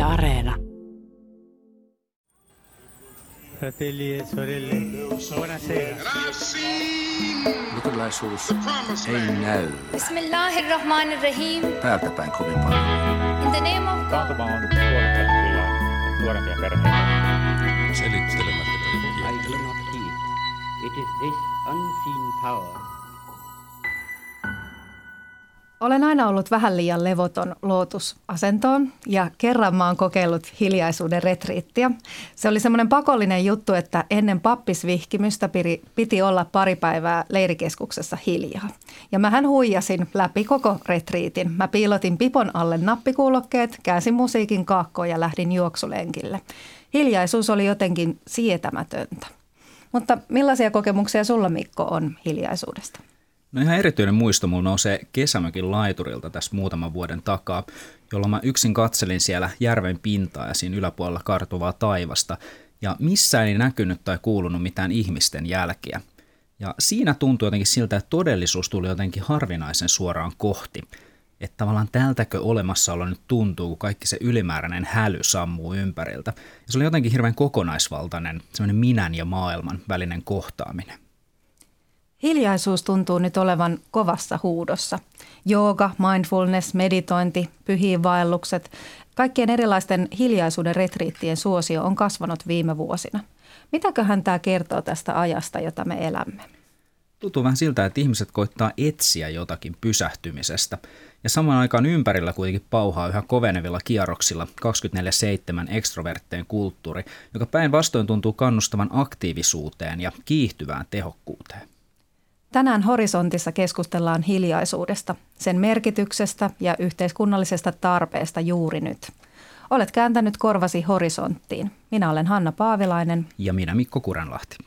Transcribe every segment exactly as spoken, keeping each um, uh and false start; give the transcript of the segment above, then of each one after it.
Areena. Fratelli e sorelle, buonasera. Luterilaisuus ei näy Bismillahirrahmanirrahim. päältä päin kovin paljon. In the name of God. Taantuma on tuonut kyllä nuorempia perheitä. Selittelemättä I do not heed. It is this unseen power. Olen aina ollut vähän liian levoton lootusasentoon ja kerran mä oon kokeillut hiljaisuuden retriittiä. Se oli semmoinen pakollinen juttu, että ennen pappisvihkimystä piti olla pari päivää leirikeskuksessa hiljaa. Ja mähän huijasin läpi koko retriitin. Mä piilotin pipon alle nappikuulokkeet, käänsin musiikin kaakkoon ja lähdin juoksulenkille. Hiljaisuus oli jotenkin sietämätöntä. Mutta millaisia kokemuksia sulla, Mikko, on hiljaisuudesta? No ihan erityinen muisto mulla nousee kesämökin laiturilta tässä muutaman vuoden takaa, jolloin mä yksin katselin siellä järven pintaa ja siinä yläpuolella kartuvaa taivasta. Ja missään ei näkynyt tai kuulunut mitään ihmisten jälkiä. Ja siinä tuntui jotenkin siltä, että todellisuus tuli jotenkin harvinaisen suoraan kohti. Että tavallaan tältäkö olemassaolo nyt tuntuu, kun kaikki se ylimääräinen häly sammuu ympäriltä. Ja se oli jotenkin hirveän kokonaisvaltainen, semmoinen minän ja maailman välinen kohtaaminen. Hiljaisuus tuntuu nyt olevan kovassa huudossa. Jooga, mindfulness, meditointi, pyhiinvaellukset, kaikkien erilaisten hiljaisuuden retriittien suosio on kasvanut viime vuosina. Mitäköhän tämä kertoo tästä ajasta, jota me elämme? Tuntuu vähän siltä, että ihmiset koittaa etsiä jotakin pysähtymisestä. Ja samaan aikaan ympärillä kuitenkin pauhaa yhä kovenevilla kierroksilla kaksikymmentäneljä seitsemän ekstrovertteen kulttuuri, joka päinvastoin tuntuu kannustavan aktiivisuuteen ja kiihtyvään tehokkuuteen. Tänään Horisontissa keskustellaan hiljaisuudesta, sen merkityksestä ja yhteiskunnallisesta tarpeesta juuri nyt. Olet kääntänyt korvasi horisonttiin. Minä olen Hanna Paavilainen. Ja minä Mikko Kurenlahti.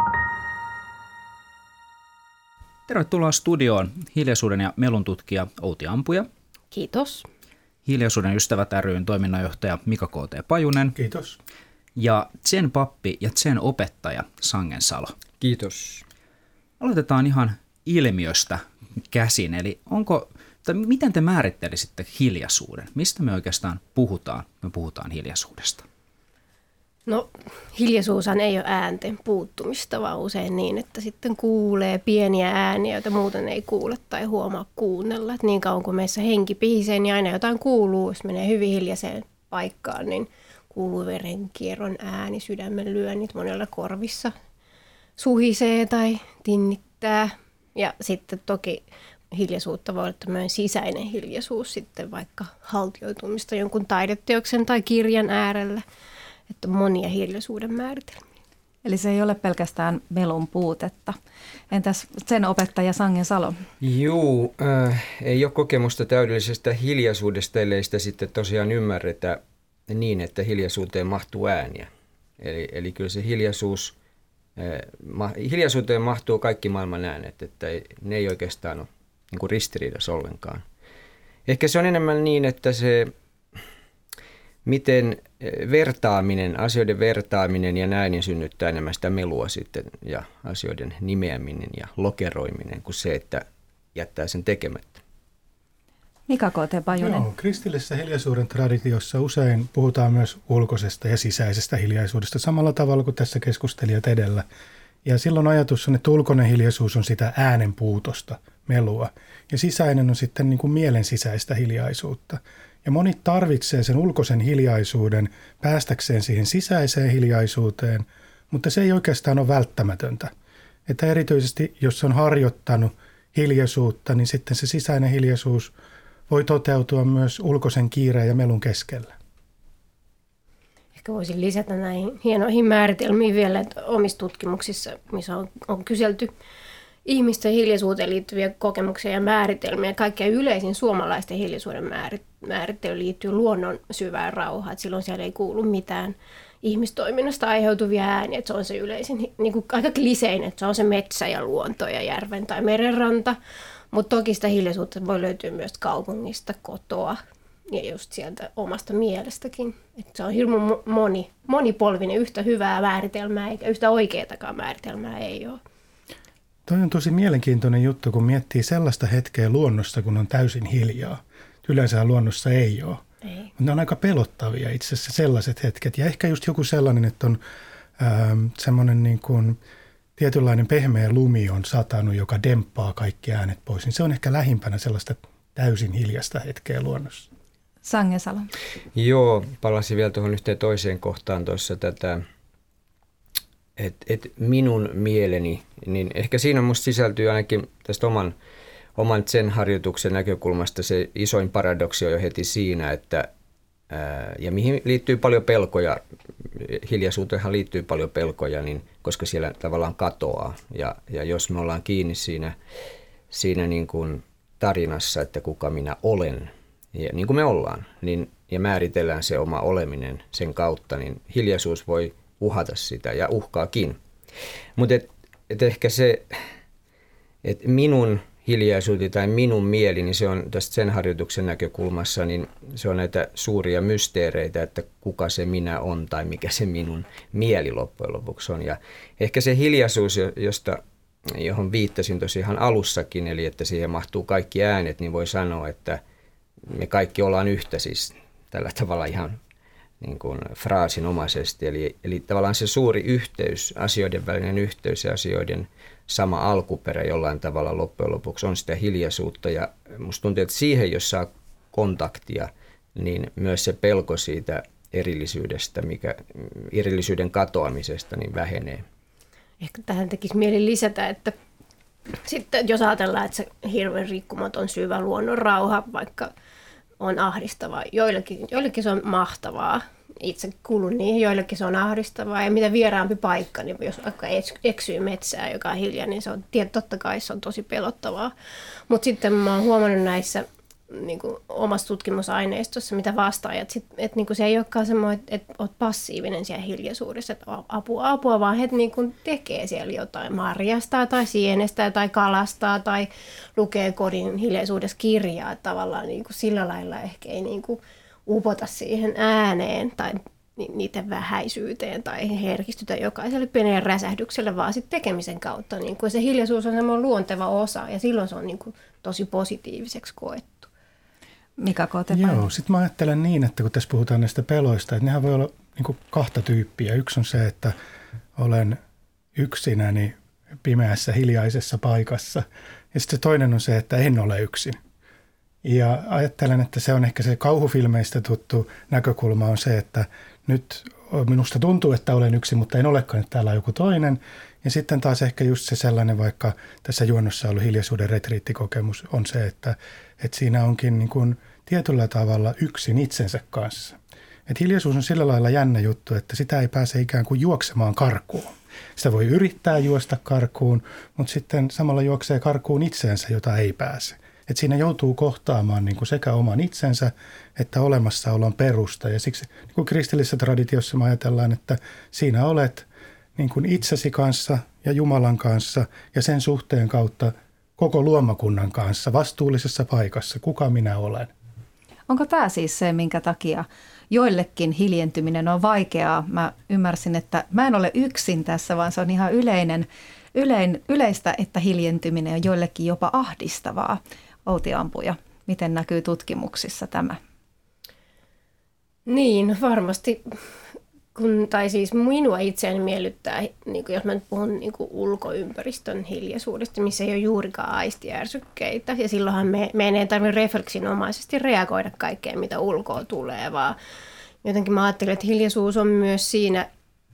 Tervetuloa studioon hiljaisuuden ja melun tutkija Outi Ampuja. Kiitos. Hiljaisuuden ystävät ry:n toiminnanjohtaja Mika K T Pajunen. Kiitos. Ja Zen pappi ja Zen opettaja Sangen Salo. Kiitos. Aloitetaan ihan ilmiöstä käsin. Eli onko, tai miten te määrittelisitte hiljaisuuden? Mistä me oikeastaan puhutaan, me puhutaan hiljaisuudesta? No hiljaisuushan ei ole äänten puuttumista, vaan usein niin, että sitten kuulee pieniä ääniä, joita muuten ei kuule tai huomaa kuunnella. Et niin kauan kuin meissä henki pihisee, niin aina jotain kuuluu. Jos menee hyvin hiljaiseen paikkaan, niin kuuluu verenkierron ääni, sydämen lyönnit monella korvissa. Suhisee tai tinnittää ja sitten toki hiljaisuutta voi olla tämmöinen sisäinen hiljaisuus sitten vaikka haltioitumista jonkun taideteoksen tai kirjan äärellä, että monia hiljaisuuden määritelmiä. Eli se ei ole pelkästään melun puutetta. Entäs sen opettaja Sangen Salo? Juu, äh, ei ole kokemusta täydellisestä hiljaisuudesta, ellei sitä sitten tosiaan ymmärretä niin, että hiljaisuuteen mahtuu ääniä. Eli, eli kyllä se hiljaisuus... Hiljaisuuteen mahtuu kaikki maailman äänet, että ne ei oikeastaan ole niin kuin ristiriidassa ollenkaan. Ehkä se on enemmän niin, että se, miten vertaaminen, asioiden vertaaminen ja näin niin synnyttää enemmän sitä melua sitten ja asioiden nimeäminen ja lokeroiminen kuin se, että jättää sen tekemättä. Mika K T Pajunen. Joo, kristillisessä hiljaisuuden traditiossa usein puhutaan myös ulkoisesta ja sisäisestä hiljaisuudesta samalla tavalla kuin tässä keskustelijat edellä. Ja silloin ajatus on, että ulkoinen hiljaisuus on sitä äänen puutosta, melua. Ja sisäinen on sitten niin kuin mielen sisäistä hiljaisuutta. Ja moni tarvitsee sen ulkoisen hiljaisuuden päästäkseen siihen sisäiseen hiljaisuuteen, mutta se ei oikeastaan ole välttämätöntä. Että erityisesti jos on harjoittanut hiljaisuutta, niin sitten se sisäinen hiljaisuus voi toteutua myös ulkoisen kiireen ja melun keskellä. Ehkä voisin lisätä näihin hienoihin määritelmiin vielä, että omissa tutkimuksissa, missä on, on kyselty ihmisten hiljaisuuteen liittyviä kokemuksia ja määritelmiä. Kaikkein yleisin suomalaisten hiljaisuuden määrittely liittyy luonnon syvään rauhaan. Että silloin siellä ei kuulu mitään ihmistoiminnasta aiheutuvia ääniä. Että se on se yleisin, niin kuin aika kliseinen, että se on se metsä ja luonto ja järven tai merenranta. Mutta toki sitä hiljaisuutta voi löytyä myös kaupungista, kotoa ja just sieltä omasta mielestäkin. Et se on hirveän moni, monipolvinen, yhtä hyvää määritelmää eikä yhtä oikeatakaan määritelmää ei ole. Toi on tosi mielenkiintoinen juttu, kun miettii sellaista hetkeä luonnossa, kun on täysin hiljaa. Yleensä luonnossa ei ole. Ei. Ne on aika pelottavia itse asiassa sellaiset hetket. Ja ehkä just joku sellainen, että on ähm, semmoinen niin kuin tietynlainen pehmeä lumi on satanut, joka demppaa kaikki äänet pois. Niin se on ehkä lähimpänä sellaista täysin hiljasta hetkeä luonnossa. Sangesalo. Joo, palasin vielä tuohon yhteen toiseen kohtaan tuossa tätä, että et minun mieleni, niin ehkä siinä musta sisältyy ainakin tästä oman, oman zen-harjoituksen näkökulmasta se isoin paradoksi on jo heti siinä, että ää, ja mihin liittyy paljon pelkoja, hiljaisuuteenhan liittyy paljon pelkoja, niin, koska siellä tavallaan katoaa ja, ja jos me ollaan kiinni siinä, siinä niin kuin tarinassa, että kuka minä olen, ja niin kuin me ollaan, niin, ja määritellään se oma oleminen sen kautta, niin hiljaisuus voi uhata sitä ja uhkaakin. Mutta et, et ehkä se, että minun hiljaisuuteni tai minun mieli, niin se on tästä sen harjoituksen näkökulmassa, niin se on näitä suuria mysteereitä, että kuka se minä on tai mikä se minun mieli loppujen lopuksi on. Ja ehkä se hiljaisuus, josta, johon viittasin tosi ihan alussakin, eli että siihen mahtuu kaikki äänet, niin voi sanoa, että me kaikki ollaan yhtä siis tällä tavalla ihan niin kuin fraasinomaisesti. Eli, eli tavallaan se suuri yhteys, asioiden välinen yhteys ja asioiden sama alkuperä jollain tavalla loppujen lopuksi on sitä hiljaisuutta. Ja musta tuntuu, että siihen, jos saa kontaktia, niin myös se pelko siitä erillisyydestä, mikä, erillisyyden katoamisesta, niin vähenee. Ehkä tähän tekisi mieli lisätä, että sitten jos ajatellaan, että se hirveän rikkumaton syvä luonnon rauha, vaikka on ahdistavaa, joillekin, joillekin se on mahtavaa. Itse kuulun niihin, joillekin se on ahdistavaa. Ja mitä vieraampi paikka, niin jos vaikka eksyy metsään, joka on hiljaa, niin se on, totta kai se on tosi pelottavaa. Mutta sitten mä oon huomannut näissä niin kuin omassa tutkimusaineistossa, mitä vastaajat, että niin se ei olekaan semmoinen, että olet passiivinen siellä hiljaisuudessa, että apua, apua, vaan he niin kuin tekee siellä jotain, marjastaa tai sienestää tai kalastaa tai lukee kodin hiljaisuudessa kirjaa, että tavallaan niin kuin sillä lailla ehkä ei niin kuin upota siihen ääneen tai niiden vähäisyyteen tai herkistytä jokaiselle pienelle räsähdykselle, vaan sitten tekemisen kautta. Niin kuin se hiljaisuus on semmoinen luonteva osa ja silloin se on niin kuin tosi positiiviseksi koettu. Mika Kootepainen. Joo, sitten mä ajattelen niin, että kun tässä puhutaan näistä peloista, että nehän voi olla niin kuin kahta tyyppiä. Yksi on se, että olen yksinäni pimeässä hiljaisessa paikassa ja sitten se toinen on se, että en ole yksin. Ja ajattelen, että se on ehkä se kauhufilmeistä tuttu näkökulma on se, että nyt minusta tuntuu, että olen yksin, mutta en olekaan, että täällä on joku toinen. Ja sitten taas ehkä just se sellainen, vaikka tässä juonnossa ollut hiljaisuuden retriittikokemus on se, että, että siinä onkin niin kuin tietyllä tavalla yksin itsensä kanssa. Että hiljaisuus on sillä lailla jännä juttu, että sitä ei pääse ikään kuin juoksemaan karkuun. Sitä voi yrittää juosta karkuun, mutta sitten samalla juoksee karkuun itseensä, jota ei pääse. Että siinä joutuu kohtaamaan niin kuin sekä oman itsensä että olemassaolon perusta. Ja siksi niin kuin kristillisessä traditiossa me ajatellaan, että siinä olet niin kuin itsesi kanssa ja Jumalan kanssa ja sen suhteen kautta koko luomakunnan kanssa vastuullisessa paikassa, kuka minä olen. Onko tämä siis se, minkä takia joillekin hiljentyminen on vaikeaa? Mä ymmärsin, että mä en ole yksin tässä, vaan se on ihan yleinen, ylein, yleistä, että hiljentyminen on joillekin jopa ahdistavaa. Outi Ampuja, miten näkyy tutkimuksissa tämä? Niin, varmasti. Kun, tai siis minua itseäni miellyttää, niin jos mä nyt puhun niin ulkoympäristön hiljaisuudesta, missä ei ole juurikaan aistiärsykkeitä. Ja silloinhan me, meidän ei tarvitse refleksinomaisesti reagoida kaikkeen, mitä ulkoa tulee, vaan jotenkin mä ajattelen, että hiljaisuus on myös siinä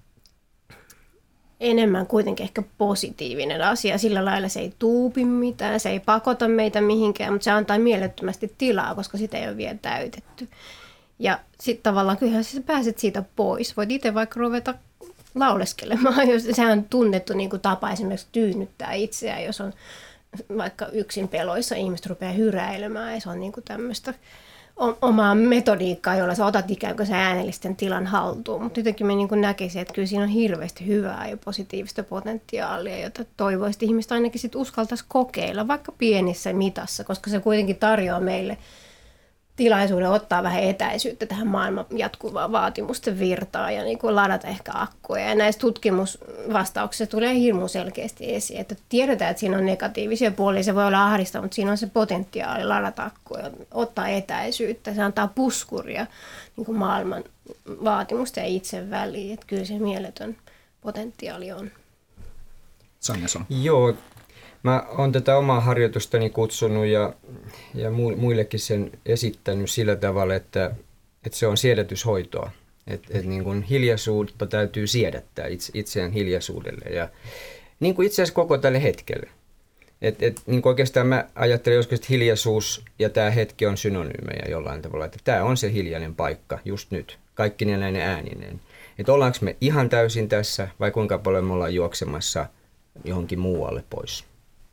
enemmän kuitenkin ehkä positiivinen asia. Sillä lailla se ei tuupi mitään, se ei pakota meitä mihinkään, mutta se antaa mielettömästi tilaa, koska sitä ei ole vielä täytetty. Ja sitten tavallaan kyllähän sä pääset siitä pois. Voit itse vaikka ruveta lauleskelemaan, jos sehän on tunnettu niin kuin tapa esimerkiksi tyynnyttää itseään, jos on vaikka yksin peloissa, ihmiset rupeaa hyräilemään ja se on niin kuin tämmöistä omaa metodiikkaa, jolla sä otat ikään kuin sen äänellisten tilan haltuun. Mutta jotenkin mä niin kuin näkisin, että kyllä siinä on hirveästi hyvää ja positiivista potentiaalia, jota toivoisi, että ihmiset ainakin sit uskaltaisi kokeilla, vaikka pienissä mitassa, koska se kuitenkin tarjoaa meille tilaisuuden ottaa vähän etäisyyttä tähän maailman jatkuvaan vaatimusten virtaan ja niin kuin ladata ehkä akkuja. Ja näissä tutkimusvastauksissa tulee hirmu selkeästi esiin, että tiedetään, että siinä on negatiivisia puolia, se voi olla ahdistava, mutta siinä on se potentiaali ladata akkuja, ottaa etäisyyttä, se antaa puskuria niin kuin maailman vaatimusten ja itse väliin, että kyllä se mieletön potentiaali on. Sanjason. Joo, mä oon tätä omaa harjoitustani kutsunut ja, ja muillekin sen esittänyt sillä tavalla, että, että se on siedätyshoitoa. Että et niin kuin hiljaisuutta täytyy siedättää itse, itseään hiljaisuudelle ja niin kuin itse asiassa koko tälle hetkelle. Et, et, niin kuin oikeastaan mä ajattelen joskus, että hiljaisuus ja tämä hetki on synonyymejä jollain tavalla. Että tämä on se hiljainen paikka just nyt, kaikki näinen ääninen. Että ollaanko me ihan täysin tässä vai kuinka paljon me ollaan juoksemassa johonkin muualle pois.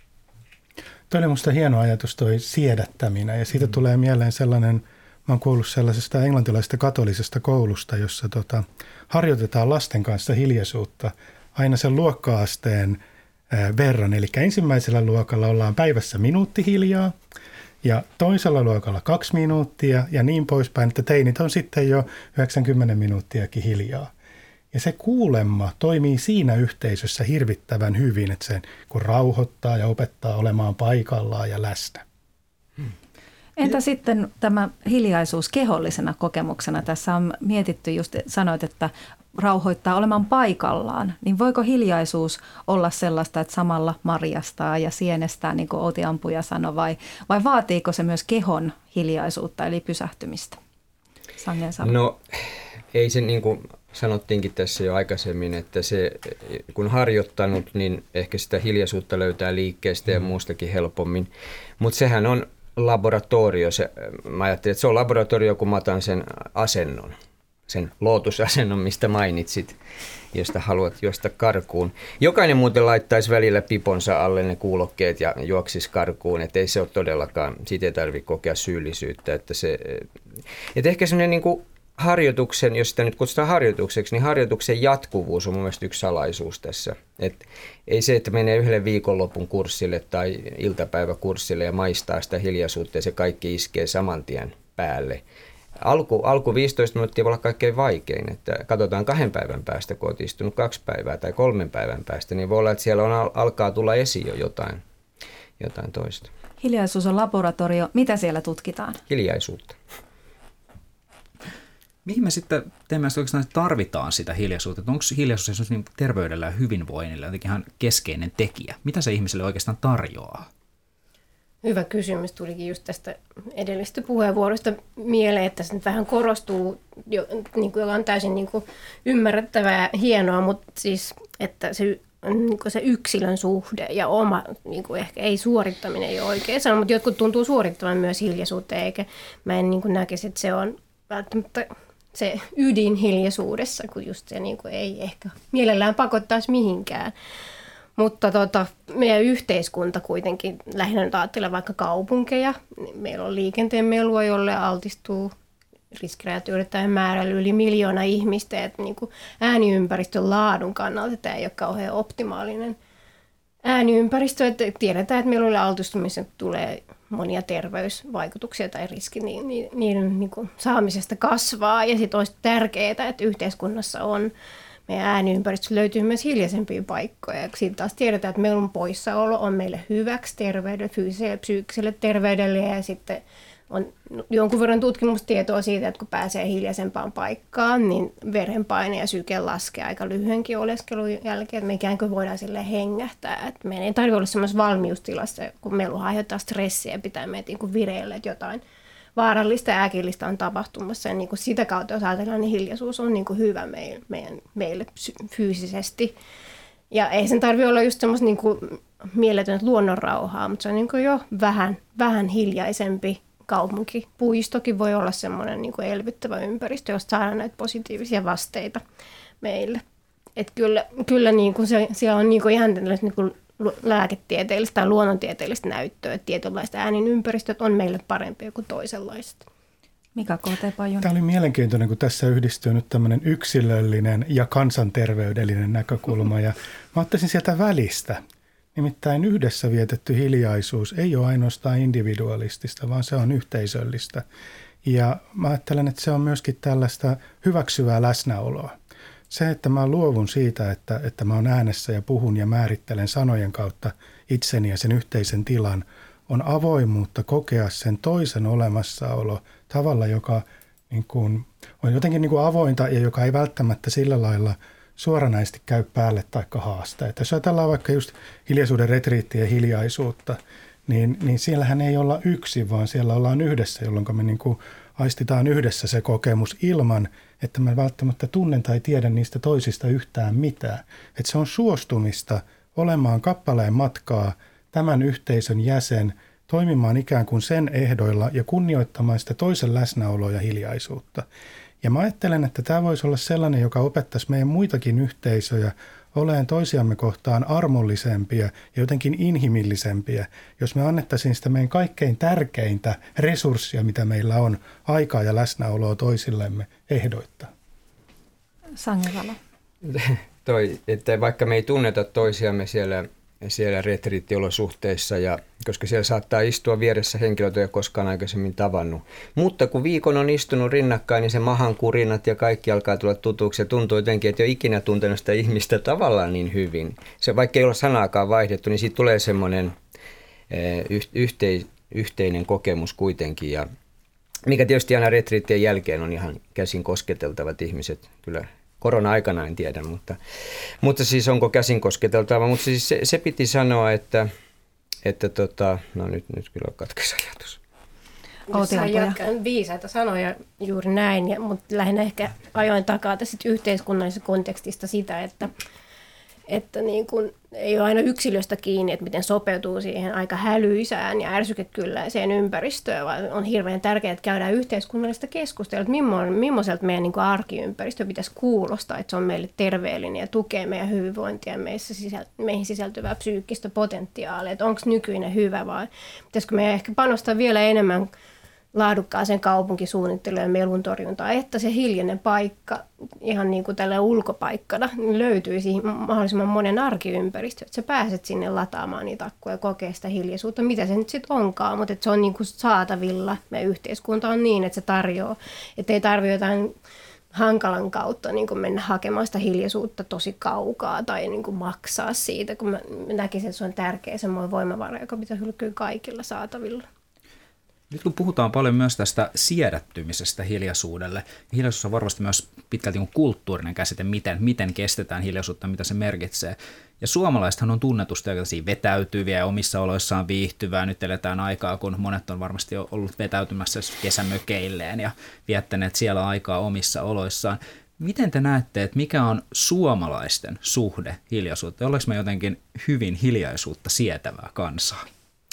Tuo oli musta hieno ajatus toi siedättäminen ja siitä mm. tulee mieleen sellainen, mä oon kuullut sellaisesta englantilaisesta katolisesta koulusta, jossa tota, harjoitetaan lasten kanssa hiljaisuutta aina sen luokka-asteen ää, verran. Eli ensimmäisellä luokalla ollaan päivässä minuutti hiljaa ja toisella luokalla kaksi minuuttia ja niin poispäin, että teinit on sitten jo yhdeksänkymmentä minuuttiakin hiljaa. Ja se kuulemma toimii siinä yhteisössä hirvittävän hyvin, että se kun rauhoittaa ja opettaa olemaan paikallaan ja läsnä. Entä ja sitten tämä hiljaisuus kehollisena kokemuksena? Tässä on mietitty, just sanoit, että rauhoittaa olemaan paikallaan. Niin voiko hiljaisuus olla sellaista, että samalla marjastaa ja sienestää, niin kuin Outi Ampuja sanoi, vai, vai vaatiiko se myös kehon hiljaisuutta, eli pysähtymistä? Sangen Salo. No ei se niin kuin sanottiinkin tässä jo aikaisemmin, että se, kun harjoittanut, niin ehkä sitä hiljaisuutta löytää liikkeestä ja muustakin helpommin. Mutta sehän on laboratorio. Se, mä ajattelin, että se on laboratorio, kun mä otan sen asennon, sen lootusasennon, mistä mainitsit, josta haluat juosta karkuun. Jokainen muuten laittaisi välillä piponsa alle ne kuulokkeet ja juoksisi karkuun, että ei se ole todellakaan, siitä ei tarvitse kokea syyllisyyttä. Että se, että ehkä semmoinen niin kuin harjoituksen, jos sitä nyt kutsutaan harjoitukseksi, niin harjoituksen jatkuvuus on mun mielestä yksi salaisuus tässä. Et ei se, että menee yhdelle viikonlopun kurssille tai iltapäiväkurssille ja maistaa sitä hiljaisuutta ja se kaikki iskee saman tien päälle. Alku, alku viisitoista minuuttia voi olla kaikkein vaikein, että katsotaan kahden päivän päästä, kun olet istunut kaksi päivää tai kolmen päivän päästä, niin voi olla, että siellä on, alkaa tulla esiin jo jotain, jotain toista. Hiljaisuus on laboratorio. Mitä siellä tutkitaan? Hiljaisuutta. Mihin me sitten teemme oikeastaan tarvitaan sitä hiljaisuutta? Onko hiljaisuus niin terveydellä ja hyvinvoinnilla jotenkin ihan keskeinen tekijä? Mitä se ihmiselle oikeastaan tarjoaa? Hyvä kysymys. Tulikin just tästä edellisestä puheenvuorosta mieleen, että se nyt vähän korostuu, jo, niin kuin, joka on täysin niin kuin ymmärrettävää ja hienoa, mutta siis, että se, niin kuin se yksilön suhde ja oma, niin kuin ehkä ei suorittaminen ei ole oikein sanoa, mutta jotkut tuntuu suorittavan myös hiljaisuutta, eikä mä en niin kuin näkisi, että se on välttämättä se ydin hiljaisuudessa, kun just se niin kuin ei ehkä mielellään pakottaisi mihinkään. Mutta tota, meidän yhteiskunta kuitenkin, lähinnä nyt ajattelen vaikka kaupunkeja, niin meillä on liikenteen melua, jolle altistuu riskirajat ylittäen määrällä yli miljoona ihmistä. Että niin kuin ääniympäristön laadun kannalta tämä ei ole kauhean optimaalinen ääniympäristö. Että tiedetään, että meluille altistumisen tulee monia terveysvaikutuksia tai riski niin, niin, niiden niin kuin saamisesta kasvaa. Ja sitten olisi tärkeää, että yhteiskunnassa on meidän ääniympäristössä löytyy myös hiljaisempia paikkoja. Siitä taas tiedetään, että melun poissaolo on meille hyväksi terveydelle, fyysiselle ja psyykkiselle terveydelle. Ja sitten on jonkun verran tutkimustietoa siitä, että kun pääsee hiljaisempaan paikkaan, niin verenpaine ja syke laskee aika lyhyenkin oleskelun jälkeen. Että me ikään kuin voidaan sille hengähtää. Että meidän ei tarvitse olla sellaisessa valmiustilassa, kun melu aiheuttaa stressiä ja pitää meitä niin vireille, että jotain vaarallista ja äkillistä on tapahtumassa. Ja niin kuin sitä kautta, jos ajatellaan, niin hiljaisuus on niin kuin hyvä meille, meidän, meille fyysisesti. Ja ei sen tarvitse olla just semmoista niin kuin mieletöntä luonnonrauhaa, mutta se on niin kuin jo vähän, vähän hiljaisempi kaupunki. Puistokin voi olla semmoinen niin kuin elvyttävä ympäristö, josta saadaan näitä positiivisia vasteita meille. Et kyllä kyllä niin kuin se, siellä on niin kuin ihan niin kuin lääketieteellistä tai luonnontieteellistä näyttöä, että tietynlaiset ääninympäristöt on meille parempia kuin toisenlaiset. Tämä oli mielenkiintoinen, kun tässä yhdistyy nyt tämmöinen yksilöllinen ja kansanterveydellinen näkökulma. Ja mä ottaisin sieltä välistä. Nimittäin yhdessä vietetty hiljaisuus ei ole ainoastaan individualistista, vaan se on yhteisöllistä. Ja mä ajattelen, että se on myöskin tällaista hyväksyvää läsnäoloa. Se, että mä luovun siitä, että, että mä oon äänessä ja puhun ja määrittelen sanojen kautta itseni ja sen yhteisen tilan, on avoimuutta kokea sen toisen olemassaolo tavalla, joka niin kuin, on jotenkin niin kuin avointa ja joka ei välttämättä sillä lailla suoranaisesti käy päälle taikka haaste. Että jos ajatellaan vaikka just hiljaisuuden retriittiä ja hiljaisuutta, niin, niin siellähän ei olla yksin, vaan siellä ollaan yhdessä, jolloin me niin kuin aistitaan yhdessä se kokemus ilman, että mä välttämättä tunnen tai tiedän niistä toisista yhtään mitään. Että se on suostumista olemaan kappaleen matkaa tämän yhteisön jäsen, toimimaan ikään kuin sen ehdoilla ja kunnioittamaan sitä toisen läsnäoloa ja hiljaisuutta. Ja mä ajattelen, että tämä voisi olla sellainen, joka opettaisi meidän muitakin yhteisöjä olemaan toisiamme kohtaan armollisempia ja jotenkin inhimillisempiä, jos me annettaisiin sitä meidän kaikkein tärkeintä resurssia, mitä meillä on, aikaa ja läsnäoloa toisillemme ehdoittaa. Sangevala. Toi, että vaikka me ei tunneta toisiamme siellä, siellä retriittiolosuhteissa, ja, koska siellä saattaa istua vieressä henkilöitä, joita ei koskaan aikaisemmin tavannut. Mutta kun viikon on istunut rinnakkain, niin se mahan kurinat ja kaikki alkaa tulla tutuksi ja tuntuu jotenkin, että ei ole ikinä tuntenut sitä ihmistä tavallaan niin hyvin. Se, vaikka ei ole sanaakaan vaihdettu, niin siitä tulee semmoinen yhteis, yhteinen kokemus kuitenkin. Ja mikä tietysti aina retriittien jälkeen on ihan käsin kosketeltavat ihmiset kyllä. Korona-aikana en tiedä, mutta, mutta siis onko käsin kosketeltava. Mutta siis se, se piti sanoa, että, että tota, no nyt, nyt kyllä katkesi ajatus. Sain jatkaa viisaita sanoja juuri näin, ja, mutta lähinnä ehkä ajoin takaa tässä yhteiskunnallisesta kontekstista sitä, että, että niin kun ei ole aina yksilöstä kiinni, että miten sopeutuu siihen aika hälyisään ja ärsykekylläiseen ympäristöön, vaan on hirveän tärkeää, että käydään yhteiskunnallista keskustelua, että millaiselta meidän niin kuin arkiympäristö pitäisi kuulostaa, että se on meille terveellinen ja tukee meidän hyvinvointia ja meihin sisältyvää psyykkistä potentiaalia, että onko nykyinen hyvä vai pitäisikö meidän ehkä panostaa vielä enemmän laadukkaaseen kaupunkisuunnitteluun ja meluntorjuntaan, että se hiljainen paikka, ihan niin kuin tällä ulkopaikkana, niin löytyisi mahdollisimman monen arkiympäristö, että sä pääset sinne lataamaan niitä akkuja ja kokee sitä hiljaisuutta, mitä se nyt sitten onkaan, mutta että se on niin kuin saatavilla. Meidän yhteiskunta on niin, että se tarjoaa, että ei tarvitse jotain hankalan kautta niin kuin mennä hakemaan sitä hiljaisuutta tosi kaukaa tai niin kuin maksaa siitä, kun mä näkisin, että se on tärkeä semmoinen voimavara, joka pitäisi olla kyllä kaikilla saatavilla. Nyt kun puhutaan paljon myös tästä siedättymisestä hiljaisuudelle, hiljaisuus on varmasti myös pitkälti kulttuurinen käsite, miten, miten kestetään hiljaisuutta, mitä se merkitsee. Ja suomalaisethan on tunnetusti vetäytyviä ja omissa oloissaan viihtyvää. Nyt eletään aikaa, kun monet on varmasti ollut vetäytymässä kesämökeilleen ja viettäneet siellä aikaa omissa oloissaan. Miten te näette, että mikä on suomalaisten suhde hiljaisuutta? Ollaanko me jotenkin hyvin hiljaisuutta sietävää kansaa?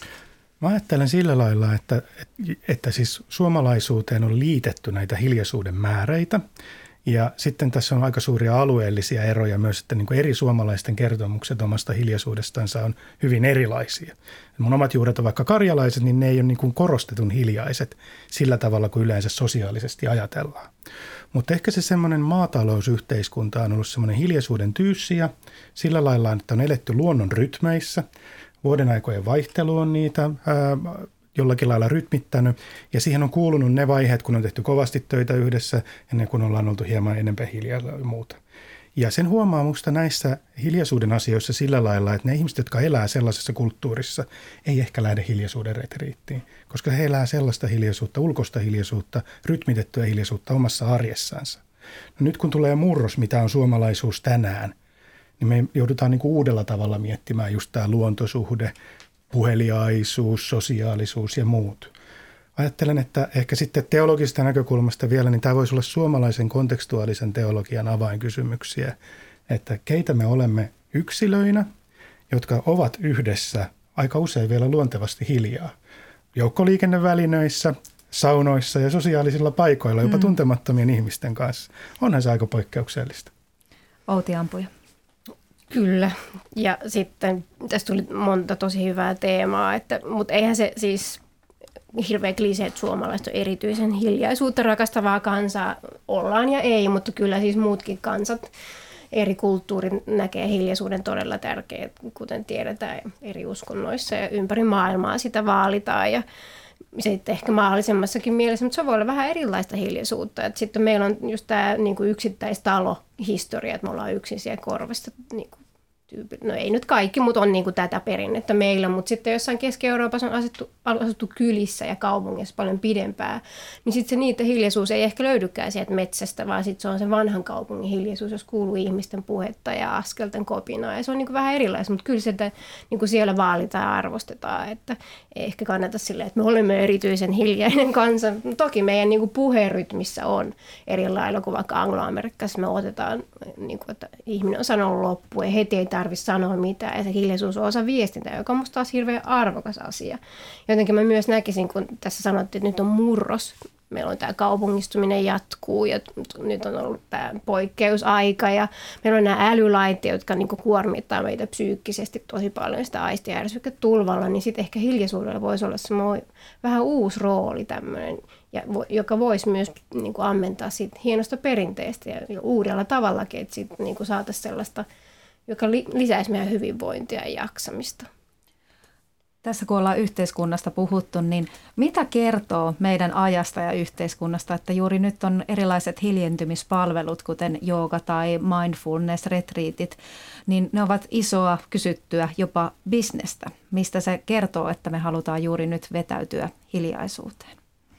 Mä ajattelen sillä lailla, että, että siis suomalaisuuteen on liitetty näitä hiljaisuuden määreitä ja sitten tässä on aika suuria alueellisia eroja myös, että niin kuin eri suomalaisten kertomukset omasta hiljaisuudestansa on hyvin erilaisia. Mun omat juuret on vaikka karjalaiset, niin ne ei ole niin kuin korostetun hiljaiset sillä tavalla kuin yleensä sosiaalisesti ajatellaan. Mutta ehkä se semmoinen maatalousyhteiskunta on ollut semmoinen hiljaisuuden tyyssiä sillä lailla, että on eletty luonnon rytmeissä. Vuoden aikojen vaihtelu on niitä ää, jollakin lailla rytmittänyt ja siihen on kuulunut ne vaiheet, kun on tehty kovasti töitä yhdessä ennen kuin ollaan oltu hieman enempää hiljaa ja muuta. Ja sen huomaa musta näissä hiljaisuuden asioissa sillä lailla, että ne ihmiset, jotka elää sellaisessa kulttuurissa, ei ehkä lähde hiljaisuuden retriittiin, koska he elää sellaista hiljaisuutta, ulkoista hiljaisuutta, rytmitettyä hiljaisuutta omassa arjessansa. No nyt kun tulee murros, mitä on suomalaisuus tänään, niin me joudutaan niin kuin uudella tavalla miettimään just tämä luontosuhde, puheliaisuus, sosiaalisuus ja muut. Ajattelen, että ehkä sitten teologisesta näkökulmasta vielä, niin tämä voisi olla suomalaisen kontekstuaalisen teologian avainkysymyksiä, että keitä me olemme yksilöinä, jotka ovat yhdessä aika usein vielä luontevasti hiljaa. Joukkoliikennevälinöissä, saunoissa ja sosiaalisilla paikoilla, jopa mm. tuntemattomien ihmisten kanssa. Onhan se aika poikkeuksellista. Outi Ampuja. Kyllä, ja sitten tässä tuli monta tosi hyvää teemaa, että, mutta eihän se siis hirveä klise, että suomalaiset on erityisen hiljaisuutta rakastavaa kansaa, ollaan ja ei, mutta kyllä siis muutkin kansat, eri kulttuurin näkee hiljaisuuden todella tärkeä, kuten tiedetään eri uskonnoissa ja ympäri maailmaa sitä vaalitaan ja sitten ehkä maallisemmassakin mielessä, mutta se voi olla vähän erilaista hiljaisuutta. Et sitten meillä on just tämä niinku yksittäistalohistoria, että me ollaan yksin siellä korvasta. Niinku, no ei nyt kaikki, mutta on niinku tätä perinnettä meillä. Mutta sitten jossain Keski-Euroopassa on asettu, asuttu kylissä ja kaupungissa paljon pidempään, niin sitten se niiden hiljaisuus ei ehkä löydykään sieltä metsästä, vaan sitten se on se vanhan kaupungin hiljaisuus, jos kuuluu ihmisten puhetta ja askelten kopinaa. Ja se on niinku vähän erilaista, mutta kyllä sitä niinku siellä vaalitaan ja arvostetaan, että ei ehkä kannata silleen, että me olemme erityisen hiljainen kansa. Toki meidän niinku puherytmissä on eri lailla kuin vaikka Anglo-Amerikassa. Me otetaan, niinku, että ihminen on sanonut loppuun ja heti ei tarvitse sanoa mitään. Ja se hiljaisuus on osa viestintää, joka on musta taas hirveän arvokas asia. Jotenkin mä myös näkisin, kun tässä sanottiin, että nyt on murros. Meillä on tämä kaupungistuminen jatkuu ja nyt on ollut tämä poikkeusaika ja meillä on nämä älylaitteet, jotka niinku kuormittaa meitä psyykkisesti tosi paljon sitä aistijärjestykkä tulvalla, niin sitten ehkä hiljaisuudella voisi olla semmoinen vähän uusi rooli tämmöinen, ja, joka voisi myös niinku ammentaa siitä hienosta perinteestä ja, ja uudella tavallakin, että sitten niinku saataisiin sellaista, joka li, lisäisi meidän hyvinvointia ja jaksamista. Tässä kun ollaan yhteiskunnasta puhuttu, niin mitä kertoo meidän ajasta ja yhteiskunnasta, että juuri nyt on erilaiset hiljentymispalvelut, kuten jooga tai mindfulness-retriitit, niin ne ovat isoa kysyttyä jopa bisnestä. Mistä se kertoo, että me halutaan juuri nyt vetäytyä hiljaisuuteen?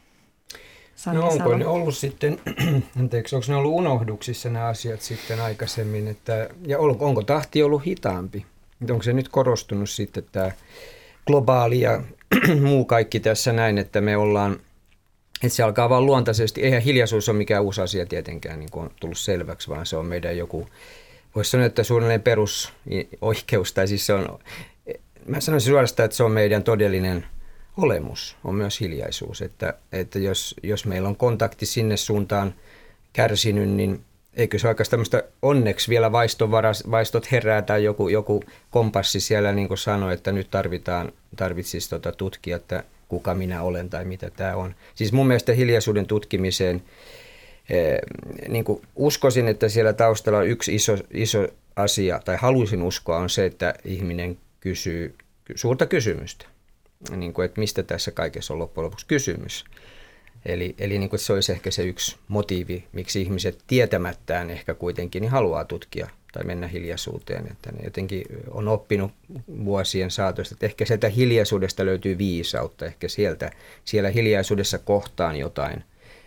No onko ne ollut sitten, anteeksi, onko ne ollut unohduksissa nämä asiat sitten aikaisemmin, että, ja onko tahti ollut hitaampi? Onko se nyt korostunut sitten tämä globaali ja muu kaikki tässä näin, että me ollaan, että se alkaa vaan luontaisesti, eihän hiljaisuus ole mikään uusi asia tietenkään, niin kuin on tullut selväksi, vaan se on meidän joku, voisi sanoa, että suunnilleen perusoikeus, tai siis se on, mä sanoisin suorastaan, että se on meidän todellinen olemus, on myös hiljaisuus, että, että jos, jos meillä on kontakti sinne suuntaan kärsinyt, niin eikö se oikeastaan tämmöistä onneksi vielä vaistot herää tai joku, joku kompassi siellä niin kuin sanoi, että nyt tarvitaan, tarvitsisi tota tutkia, että kuka minä olen tai mitä tämä on. Siis mun mielestä hiljaisuuden tutkimiseen eh, niin kuin uskoisin, että siellä taustalla on yksi iso, iso asia, tai haluaisin uskoa, on se, että ihminen kysyy suurta kysymystä, niin kuin, että mistä tässä kaikessa on loppujen lopuksi kysymys. Eli, eli niin kuin se olisi ehkä se yksi motiivi, miksi ihmiset tietämättään ehkä kuitenkin niin haluaa tutkia tai mennä hiljaisuuteen. Että ne jotenkin on oppinut vuosien saatosta, että ehkä sieltä hiljaisuudesta löytyy viisautta, ehkä sieltä, siellä hiljaisuudessa kohtaan jotain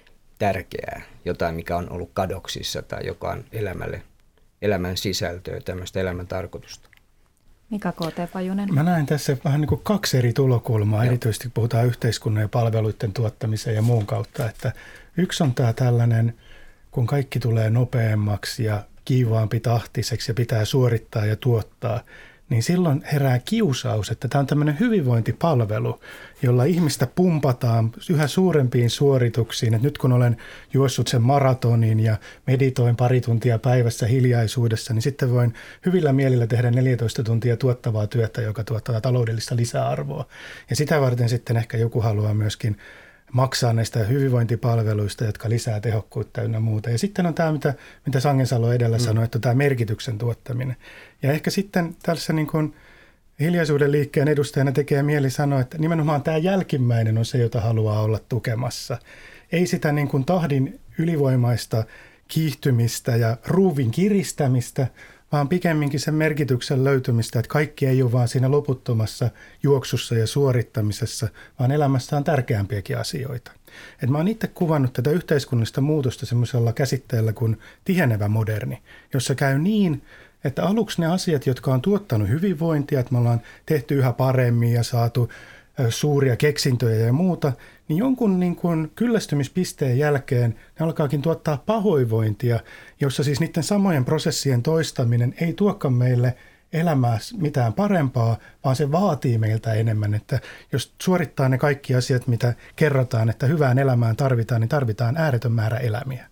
tärkeää, jotain mikä on ollut kadoksissa tai joka on elämälle, elämän sisältöä, tämmöistä elämän tarkoitusta. Mika K T. Pajunen. Mä näen tässä vähän niin kuin kaksi eri tulokulmaa, Joo. erityisesti puhutaan yhteiskunnan ja palveluiden tuottamisen ja muun kautta. Että yksi on tämä tällainen, kun kaikki tulee nopeammaksi ja kiivaampi tahtiseksi ja pitää suorittaa ja tuottaa, niin silloin herää kiusaus, että tämä on tämmöinen hyvinvointipalvelu, jolla ihmistä pumpataan yhä suurempiin suorituksiin. Että nyt kun olen juossut sen maratonin ja meditoin pari tuntia päivässä hiljaisuudessa, niin sitten voin hyvillä mielillä tehdä neljätoista tuntia tuottavaa työtä, joka tuottaa taloudellista lisäarvoa. Ja sitä varten sitten ehkä joku haluaa myöskin maksaa näistä hyvinvointipalveluista, jotka lisää tehokkuutta ynnä muuta. Ja sitten on tämä, mitä, mitä Sangensalo edellä mm. sanoi, että tämä merkityksen tuottaminen. Ja ehkä sitten tässä niin kuin hiljaisuuden liikkeen edustajana tekee mieli sanoa, että nimenomaan tämä jälkimmäinen on se, jota haluaa olla tukemassa. Ei sitä niin kuin tahdin ylivoimaista kiihtymistä ja ruuvin kiristämistä, vaan pikemminkin sen merkityksen löytymistä, että kaikki ei ole vaan siinä loputtomassa juoksussa ja suorittamisessa, vaan elämässä on tärkeämpiäkin asioita. Et mä oon itse kuvannut tätä yhteiskunnallista muutosta semmoisella käsitteellä kuin tihenevä moderni, jossa käy niin, että aluksi ne asiat, jotka on tuottanut hyvinvointia, että me ollaan tehty yhä paremmin ja saatu suuria keksintöjä ja muuta, niin jonkun niin kuin kyllästymispisteen jälkeen ne alkaakin tuottaa pahoinvointia, jossa siis niiden samojen prosessien toistaminen ei tuokaan meille elämää mitään parempaa, vaan se vaatii meiltä enemmän, että jos suorittaa ne kaikki asiat, mitä kerrotaan, että hyvään elämään tarvitaan, niin tarvitaan ääretön määrä elämiä.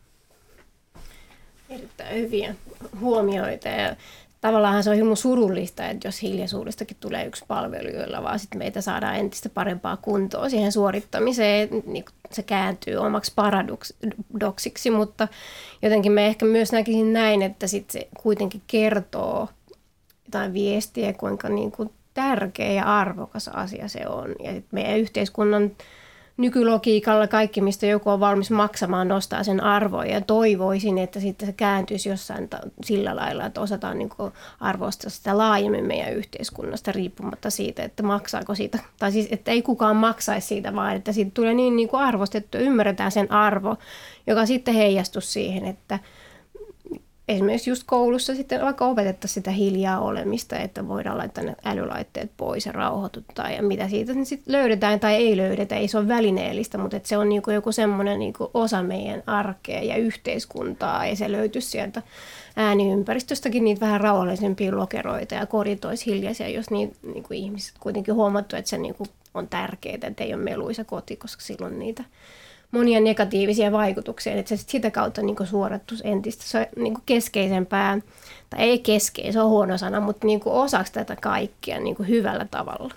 Erittäin hyviä huomioita ja tavallaan se on hirmu surullista, että jos hiljaisuudestakin tulee yksi palvelu, jolla vaan sit meitä saadaan entistä parempaa kuntoa siihen suorittamiseen, niin se kääntyy omaksi paradoksiksi, mutta jotenkin me ehkä myös näkisin näin, että sit se kuitenkin kertoo jotain viestiä, kuinka niin kuin tärkeä ja arvokas asia se on. Ja meidän yhteiskunnan nykylogiikalla kaikki, mistä joku on valmis maksamaan, nostaa sen arvoa ja toivoisin, että sitten se kääntyisi jossain ta- sillä lailla, että osataan niin kuin arvostaa sitä laajemmin meidän yhteiskunnasta riippumatta siitä, että maksaako siitä, tai siis että ei kukaan maksaisi siitä, vaan että siitä tulee niin, niin kuin arvostettu ja ymmärretään sen arvo, joka sitten heijastuu siihen, että esimerkiksi just koulussa sitten vaikka opetettaisiin sitä hiljaa olemista, että voidaan laittaa ne älylaitteet pois ja rauhoituttaa ja mitä siitä sitten löydetään tai ei löydetä. Ei se ole välineellistä, mutta että se on niinku joku semmoinen niinku osa meidän arkea ja yhteiskuntaa ja se löytyisi sieltä ääniympäristöstäkin niitä vähän rauhallisempia lokeroita ja kodit olisi hiljaisia, jos niitä niinku ihmiset kuitenkin huomattu, että se niinku on tärkeää, että ei ole meluisa koti, koska silloin niitä monia negatiivisia vaikutuksia, että se sitä kautta niin suorattuisi entistä se niin keskeisempää, tai ei keskeinen, se on huono sana, mutta niin osaksi tätä kaikkea niin hyvällä tavalla.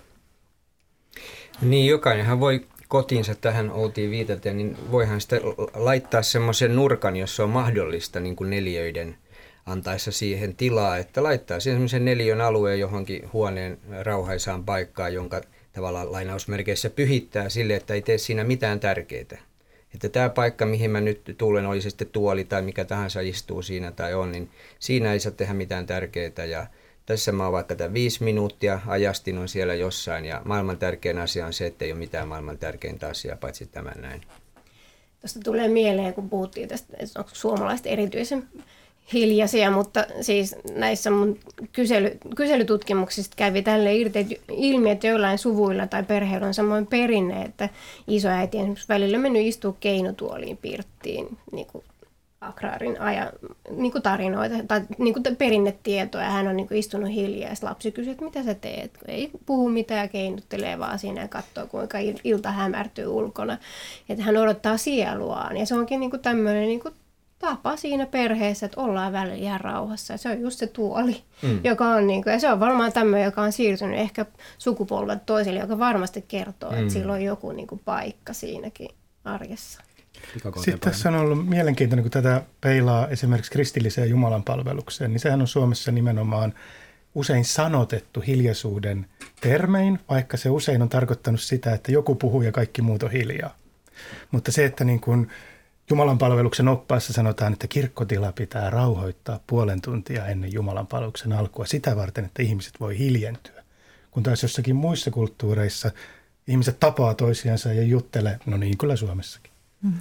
Niin, jokainenhan voi kotiinsa tähän Outiin viitaten, niin voihan sitä laittaa semmoisen nurkan, jossa on mahdollista niin kuin neliöiden antaessa siihen tilaa, että laittaa semmoisen neliön alueen johonkin huoneen rauhaisaan paikkaan, jonka tavallaan lainausmerkeissä pyhittää sille, että ei tee siinä mitään tärkeää. Että tämä paikka, mihin mä nyt tulen, oli se sitten tuoli tai mikä tahansa istuu siinä tai on, niin siinä ei saa tehdä mitään tärkeää. Ja tässä mä oon vaikka tämän viisi minuuttia, ajastin on siellä jossain ja maailman tärkein asia on se, että ei ole mitään maailman tärkeintä asiaa, paitsi tämän näin. Tuosta tulee mieleen, kun puhuttiin tästä, että onko suomalaiset erityisen hiljaisia, mutta siis näissä mun kysely, kyselytutkimuksista kävi tälle irti ilmi, että joillain suvuilla tai perheillä on samoin perinne, että isoäiti esimerkiksi välillä mennyt istua keinotuoliin pirttiin niin kuin agraarin ajan niin kuin tarinoita tai niin kuin perinnetietoa ja hän on niin kuin istunut hiljaa ja lapsi kysyy, että mitä sä teet, kun ei puhu mitään ja keinuttelee vaan siinä ja katsoo kuinka ilta hämärtyy ulkona, että hän odottaa sieluaan ja se onkin niin kuin tämmöinen niin kuin tapa siinä perheessä, että ollaan välillä ihan rauhassa. Ja se on just se tuoli, mm. joka on niin kuin, ja se on varmaan tämmöinen, joka on siirtynyt ehkä sukupolvet toiselle, joka varmasti kertoo, mm. että sillä on joku niin kuin paikka siinäkin arjessa. Sitten tässä on ollut mielenkiintoinen, kun tätä peilaa esimerkiksi kristilliseen jumalanpalvelukseen, niin sehän on Suomessa nimenomaan usein sanotettu hiljaisuuden termein, vaikka se usein on tarkoittanut sitä, että joku puhuu ja kaikki muut on hiljaa. Mutta se, että niin kuin Jumalan palveluksen oppaassa sanotaan, että kirkkotila pitää rauhoittaa puolen tuntia ennen Jumalan palveluksen alkua sitä varten, että ihmiset voi hiljentyä. Kun taas jossakin muissa kulttuureissa ihmiset tapaa toisiansa ja juttelee, no niin kyllä Suomessakin. Hmm.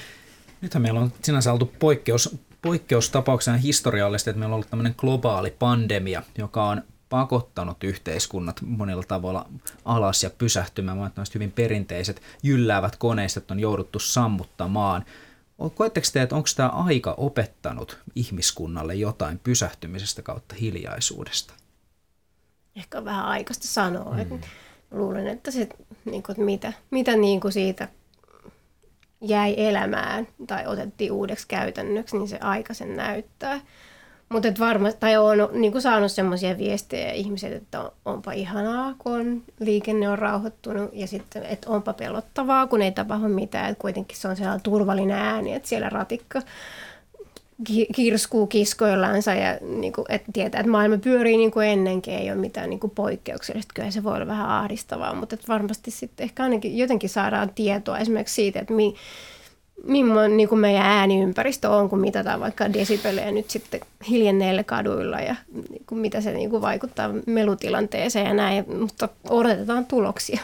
Nythän meillä on sinänsä oltu poikkeus, poikkeustapauksena historiallisesti, että meillä on ollut tämmöinen globaali pandemia, joka on pakottanut yhteiskunnat monilla tavalla alas ja pysähtymään, vaan että hyvin perinteiset jylläävät koneistot on jouduttu sammuttamaan. Koetteko te, että onko tämä aika opettanut ihmiskunnalle jotain pysähtymisestä kautta hiljaisuudesta? Ehkä on vähän aikaista sanoa. Mm. Luulen, että, se, niin kuin, että mitä, mitä niin kuin siitä jäi elämään tai otettiin uudeksi käytännöksi, niin se aika sen näyttää. Mutta varmasti, tai olen niin kuin saanut semmoisia viestejä ihmiset, että on, onpa ihanaa, kun on, liikenne on rauhoittunut ja sitten, että onpa pelottavaa, kun ei tapahdu mitään. Että kuitenkin se on sellainen turvallinen ääni, että siellä ratikka kirskuu kiskoillansa ja niin kuin, että tietää, että maailma pyörii niin kuin ennenkin, ei ole mitään niin kuin poikkeuksellista. Kyllä se voi olla vähän ahdistavaa, mutta että varmasti sitten ehkä ainakin jotenkin saadaan tietoa esimerkiksi siitä, että mi, millainen niin kuin meidän ääniympäristö on, kun mitataan vaikka desibelejä nyt sitten hiljenneillä kaduilla ja niin kuin mitä se niin kuin vaikuttaa melutilanteeseen ja näin, mutta odotetaan tuloksia.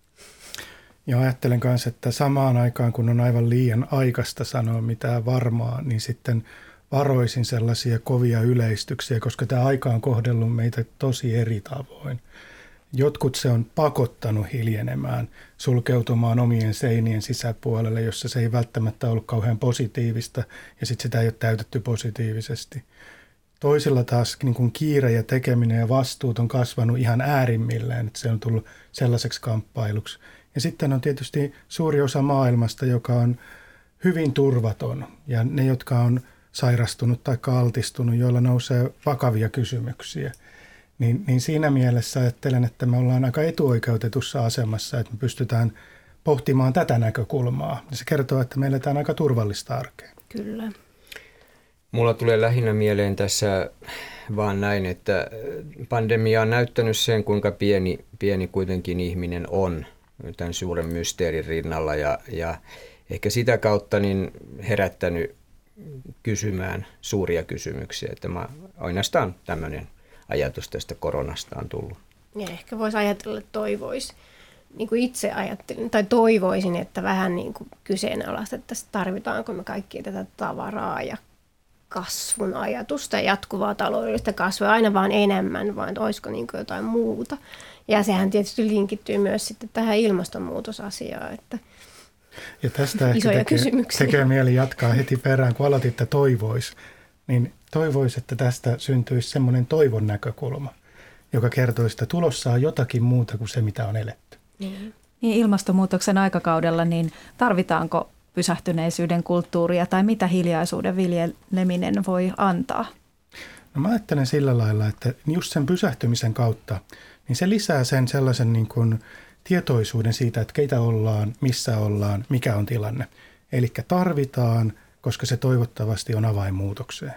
Ja ajattelen myös, että samaan aikaan, kun on aivan liian aikaista sanoa mitään varmaa, niin sitten varoisin sellaisia kovia yleistyksiä, koska tämä aika on kohdellut meitä tosi eri tavoin. Jotkut se on pakottanut hiljenemään, sulkeutumaan omien seinien sisäpuolelle, jossa se ei välttämättä ollut kauhean positiivista ja sitten sitä ei ole täytetty positiivisesti. Toisilla taas niin kuin kiire ja tekeminen ja vastuut on kasvanut ihan äärimmilleen, että se on tullut sellaiseksi kamppailuksi. Ja sitten on tietysti suuri osa maailmasta, joka on hyvin turvaton ja ne, jotka on sairastunut tai altistunut, joilla nousee vakavia kysymyksiä. Niin, niin siinä mielessä ajattelen, että me ollaan aika etuoikeutetussa asemassa, että me pystytään pohtimaan tätä näkökulmaa. Ja se kertoo, että me eletään aika turvallista arkea. Kyllä. Mulla tulee lähinnä mieleen tässä vaan näin, että pandemia on näyttänyt sen, kuinka pieni, pieni kuitenkin ihminen on. tämän suuren mysteerin rinnalla ja, ja ehkä sitä kautta niin herättänyt kysymään suuria kysymyksiä, että mä, ainoastaan tämmöinen ajatus tästä koronasta on tullut. Ja ehkä voisi ajatella, että toivoisi, niin kuin itse ajattelin, tai toivoisin, että vähän niin kuin kyseenalaistettaisiin, tarvitaanko me kaikkia tätä tavaraa ja kasvun ajatusta ja jatkuvaa taloudellista kasvua aina vaan enemmän, vaan olisiko niin kuin jotain muuta. Ja sehän tietysti linkittyy myös sitten tähän ilmastonmuutosasiaan, että ja tästä ehkä isoja tekee, kysymyksiä. tekee mieli jatkaa heti perään, kun aloitit, että toivoisi, niin toivoisi, että tästä syntyisi semmoinen toivon näkökulma, joka kertoisi, että tulossa on jotakin muuta kuin se, mitä on eletty. Niin. Niin ilmastonmuutoksen aikakaudella, niin tarvitaanko pysähtyneisyyden kulttuuria tai mitä hiljaisuuden viljeleminen voi antaa? No mä ajattelen sillä lailla, että just sen pysähtymisen kautta, niin se lisää sen sellaisen niin kuin tietoisuuden siitä, että keitä ollaan, missä ollaan, mikä on tilanne. Eli tarvitaan, koska se toivottavasti on avain muutokseen.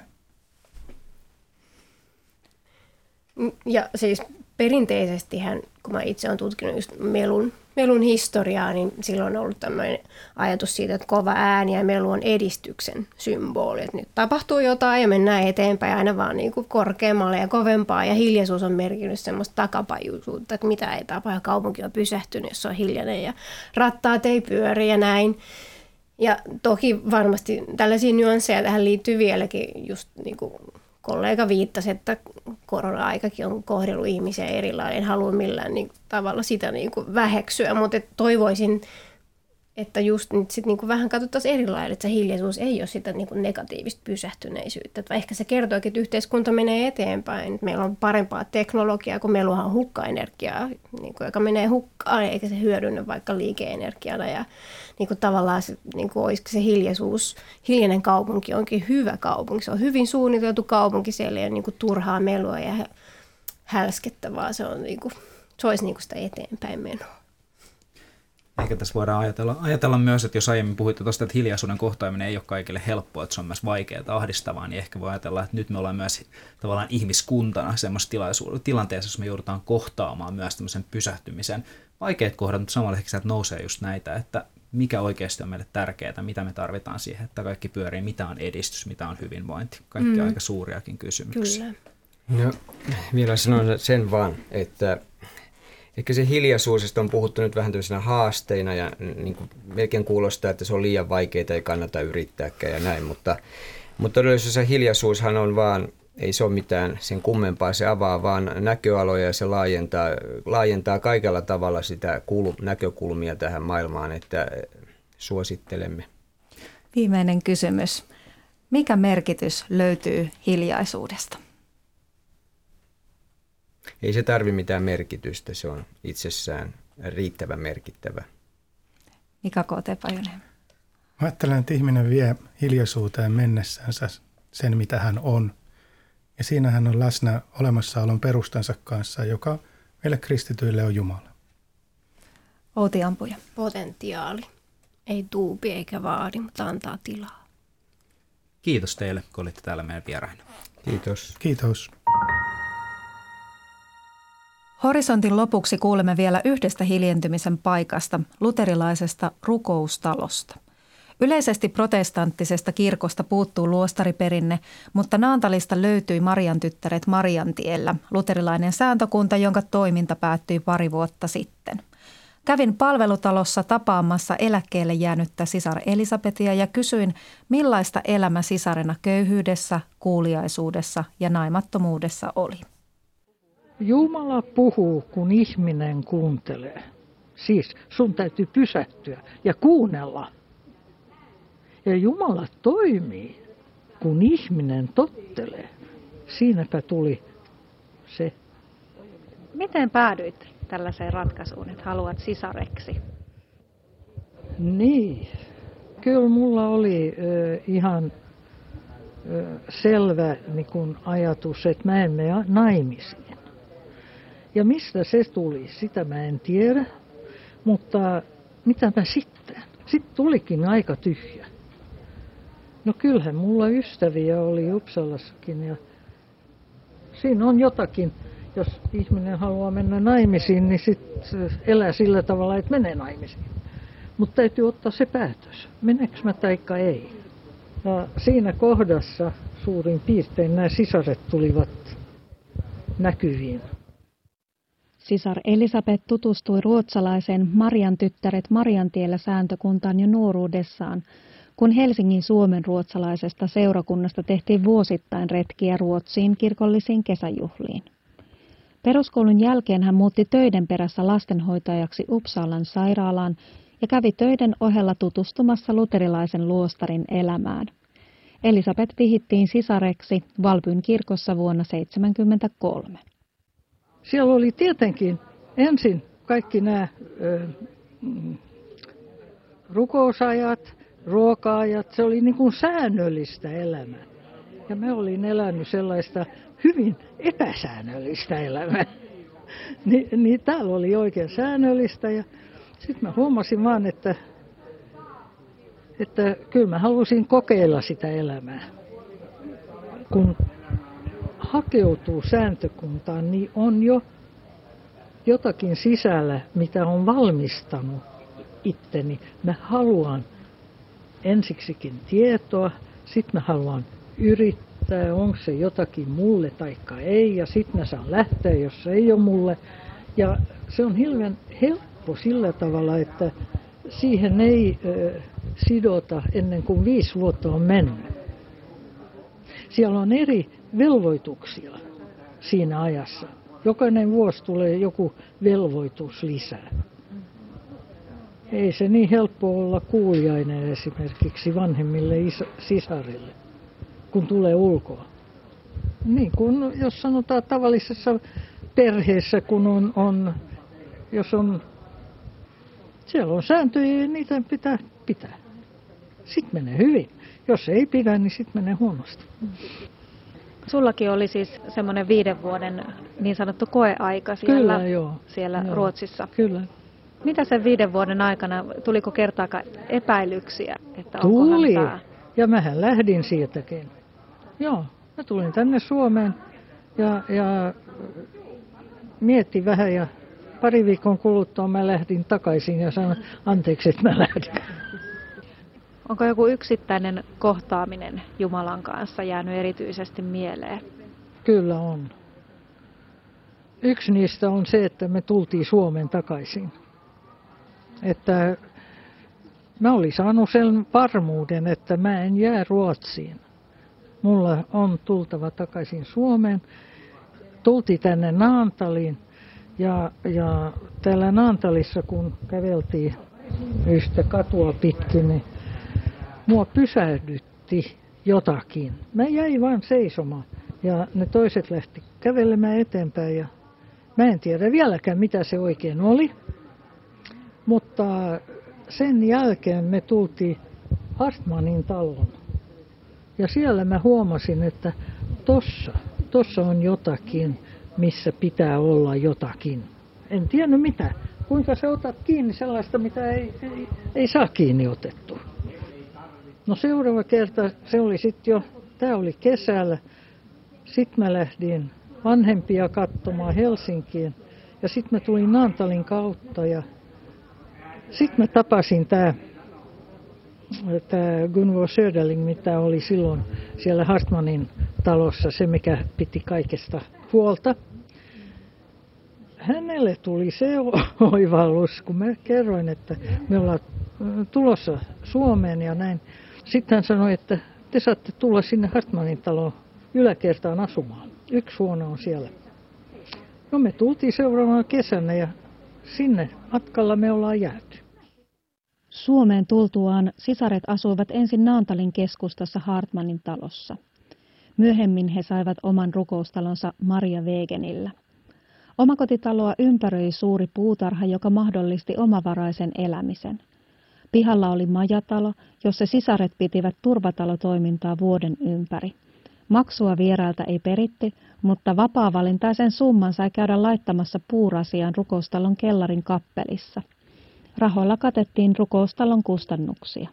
Ja siis perinteisestihän, kun mä itse olen tutkinut just melun, melun historiaa, niin silloin on ollut tämmöinen ajatus siitä, että kova ääni ja melu on edistyksen symboli. Että nyt tapahtuu jotain ja mennään eteenpäin aina vaan niin kuin korkeammalle ja kovempaa. Ja hiljaisuus on merkinnyt semmoista takapajuisuutta, että mitä ei tapahdu. Kaupunki on pysähtynyt, jos on hiljainen ja rattaat ei pyöri ja näin. Ja toki varmasti tällaisia nyansseja tähän liittyy vieläkin, just niin kuin kollega viittasi, että korona-aikakin on kohdellut ihmisiä erilainen. En halua millään niin tavalla sitä niin kuin väheksyä, mutta toivoisin, että just nyt sit niin kuin vähän katsottaisiin eri lailla, että se hiljaisuus ei ole sitä niin kuin negatiivista pysähtyneisyyttä. Että ehkä se kertookin, että yhteiskunta menee eteenpäin. Meillä on parempaa teknologiaa, kun meillä on hukkaenergiaa, niin kuin, joka menee hukkaan, eikä se hyödynnä vaikka liike-energiana. Ja niin kuin tavallaan se, niin kuin olisiko se hiljaisuus, hiljainen kaupunki onkin hyvä kaupunki. Se on hyvin suunniteltu kaupunki, siellä ei ole niin kuin turhaa melua ja hälskettä, vaan se, on, niin kuin, se olisi niin kuin sitä eteenpäin menoa. Ehkä tässä voidaan ajatella, ajatella myös, että jos aiemmin puhuitte tuosta, että hiljaisuuden kohtaaminen ei ole kaikille helppoa, että se on myös vaikeaa ja ahdistavaa, niin ehkä voi ajatella, että nyt me ollaan myös tavallaan ihmiskuntana semmoisessa tilanteessa, jossa me joudutaan kohtaamaan myös tämmöisen pysähtymisen. Vaikeat kohdat, mutta samalla ehkä sieltä nousee just näitä, että mikä oikeasti on meille tärkeää, mitä me tarvitaan siihen, että kaikki pyörii, mitä on edistys, mitä on hyvinvointi. Kaikki mm. aika suuriakin kysymyksiä. Kyllä. No, vielä sanon sen vaan, että ehkä se hiljaisuudesta on puhuttu nyt vähän tämmöisenä haasteina ja niin kuin melkein kuulostaa, että se on liian vaikeaa, ei kannata yrittääkään ja näin, mutta, mutta todellisuudessa hiljaisuushan on vaan, ei se ole mitään sen kummempaa, se avaa vaan näköaloja ja se laajentaa, laajentaa kaikella tavalla sitä kul- näkökulmia tähän maailmaan, että suosittelemme. Viimeinen kysymys. Mikä merkitys löytyy hiljaisuudesta? Ei se tarvitse mitään merkitystä, se on itsessään riittävän merkittävä. Mika K. Pajunen. Mä ajattelen, että ihminen vie hiljaisuuteen mennessänsä sen, mitä hän on. Ja siinä hän on läsnä olemassaolon perustansa kanssa, joka meille kristityille on Jumala. Outi Ampuja. Potentiaali. Ei tuupi eikä vaadi, mutta antaa tilaa. Kiitos teille, kun olitte täällä meidän vieraina. Kiitos. Kiitos. Horisontin lopuksi kuulemme vielä yhdestä hiljentymisen paikasta, luterilaisesta rukoustalosta. Yleisesti protestanttisesta kirkosta puuttuu luostariperinne, mutta Naantalista löytyi Marian tyttäret Mariantiellä, luterilainen sääntökunta, jonka toiminta päättyi pari vuotta sitten. Kävin palvelutalossa tapaamassa eläkkeelle jäänyttä sisar Elisabetia ja kysyin, millaista elämä sisarena köyhyydessä, kuuliaisuudessa ja naimattomuudessa oli. Jumala puhuu, kun ihminen kuuntelee. Siis sun täytyy pysähtyä ja kuunnella. Ja Jumala toimii, kun ihminen tottelee. Siinäpä tuli se. Miten päädyit tällaiseen ratkaisuun, että haluat sisareksi? Niin, kyllä mulla oli ö, ihan ö, selvä niin kun ajatus, että mä en mene naimisiin. Ja mistä se tuli, sitä mä en tiedä, mutta mitä mä sitten? Sitten tulikin aika tyhjä. No kyllähän mulla ystäviä oli Uppsalassakin ja siinä on jotakin, jos ihminen haluaa mennä naimisiin, niin sitten elää sillä tavalla, että menee naimisiin. Mutta täytyy ottaa se päätös, meneekö mä taikka ei. Ja siinä kohdassa suurin piirtein nämä sisaret tulivat näkyviin. Sisar Elisabeth tutustui ruotsalaisen Marian tyttäret Mariantiellä sääntökuntaan jo nuoruudessaan, kun Helsingin Suomen ruotsalaisesta seurakunnasta tehtiin vuosittain retkiä Ruotsiin kirkollisiin kesäjuhliin. Peruskoulun jälkeen hän muutti töiden perässä lastenhoitajaksi Uppsalan sairaalaan ja kävi töiden ohella tutustumassa luterilaisen luostarin elämään. Elisabeth vihittiin sisareksi Valbyn kirkossa vuonna tuhatyhdeksänsataaseitsemänkymmentäkolme. Siellä oli tietenkin ensin kaikki nämä ö, rukousajat, ruoka-ajat. Se oli niin kuin säännöllistä elämää. Ja mä olin elänyt sellaista hyvin epäsäännöllistä elämää. Ni, niin täällä oli oikein säännöllistä ja sitten mä huomasin vaan, että, että kyllä mä halusin kokeilla sitä elämää. Kun hakeutuu sääntökuntaan, niin on jo jotakin sisällä, mitä on valmistanut itteni. Mä haluan ensiksikin tietoa, sitten mä haluan yrittää, onko se jotakin mulle taikka ei, ja sitten mä saan lähteä, jos se ei ole mulle. Ja se on hirveän helppo sillä tavalla, että siihen ei ö, sidota ennen kuin viisi vuotta on mennyt. Siellä on eri velvoituksia siinä ajassa. Jokainen vuosi tulee joku velvoitus lisää. Ei se niin helppo olla kuuliainen esimerkiksi vanhemmille is- sisarille, kun tulee ulkoa. Niin kuin jos sanotaan tavallisessa perheessä, kun on, on jos on, siellä on sääntöjä ja niitä pitää pitää. Sitten menee hyvin. Jos ei pidä, niin sitten menee huonosti. Sullakin oli siis semmoinen viiden vuoden niin sanottu koeaika siellä, Kyllä, joo. siellä joo. Ruotsissa. Kyllä. Mitä sen viiden vuoden aikana, tuliko kertaakaan epäilyksiä, että Tuli. onkohan tämä? Ja mähän lähdin siitäkin. Joo, mä tulin tänne Suomeen ja, ja mietin vähän ja pari viikon kuluttua mä lähdin takaisin ja sanoin anteeksi, että mä lähdin. Onko joku yksittäinen kohtaaminen Jumalan kanssa jäänyt erityisesti mieleen? Kyllä on. Yksi niistä on se, että me tultiin Suomeen takaisin. Että mä olin saanut sen varmuuden, että mä en jää Ruotsiin. Mulla on tultava takaisin Suomeen. Tultiin tänne Naantaliin ja, ja täällä Naantalissa kun käveltiin yhtä katua pitkin, niin mua pysähdytti jotakin. Mä jäin vaan seisomaan ja ne toiset lähti kävelemään eteenpäin ja mä en tiedä vieläkään mitä se oikein oli. Mutta sen jälkeen me tultiin Hartmanin taloon ja siellä mä huomasin, että tossa, tossa on jotakin, missä pitää olla jotakin. En tiennyt mitä. Kuinka sä otat kiinni sellaista, mitä ei, ei, ei saa kiinni otettua. No seuraava kerta, se oli sitten jo, tämä oli kesällä, sitten mä lähdin vanhempia katsomaan Helsinkiin ja sitten mä tulin Naantalin kautta ja sitten mä tapasin tämä tää Gunvor Söderling, mitä oli silloin siellä Hartmanin talossa, se mikä piti kaikesta huolta. Hänelle tuli se oivallus, kun mä kerroin, että me ollaan tulossa Suomeen ja näin. Sitten hän sanoi, että te saatte tulla sinne Hartmanin taloon yläkertaan asumaan. Yksi huone on siellä. No me tultiin seuraavana kesänä ja sinne matkalla me ollaan jääty. Suomeen tultuaan sisaret asuivat ensin Naantalin keskustassa Hartmanin talossa. Myöhemmin he saivat oman rukoustalonsa Maria Wegenillä. Omakotitaloa ympäröi suuri puutarha, joka mahdollisti omavaraisen elämisen. Pihalla oli majatalo, jossa sisaret pitivät turvatalotoimintaa vuoden ympäri. Maksua vierailta ei peritty, mutta vapaa-valintaisen summan sai käydä laittamassa puurasiaan rukoustalon kellarin kappelissa. Rahoilla katettiin rukoustalon kustannuksia.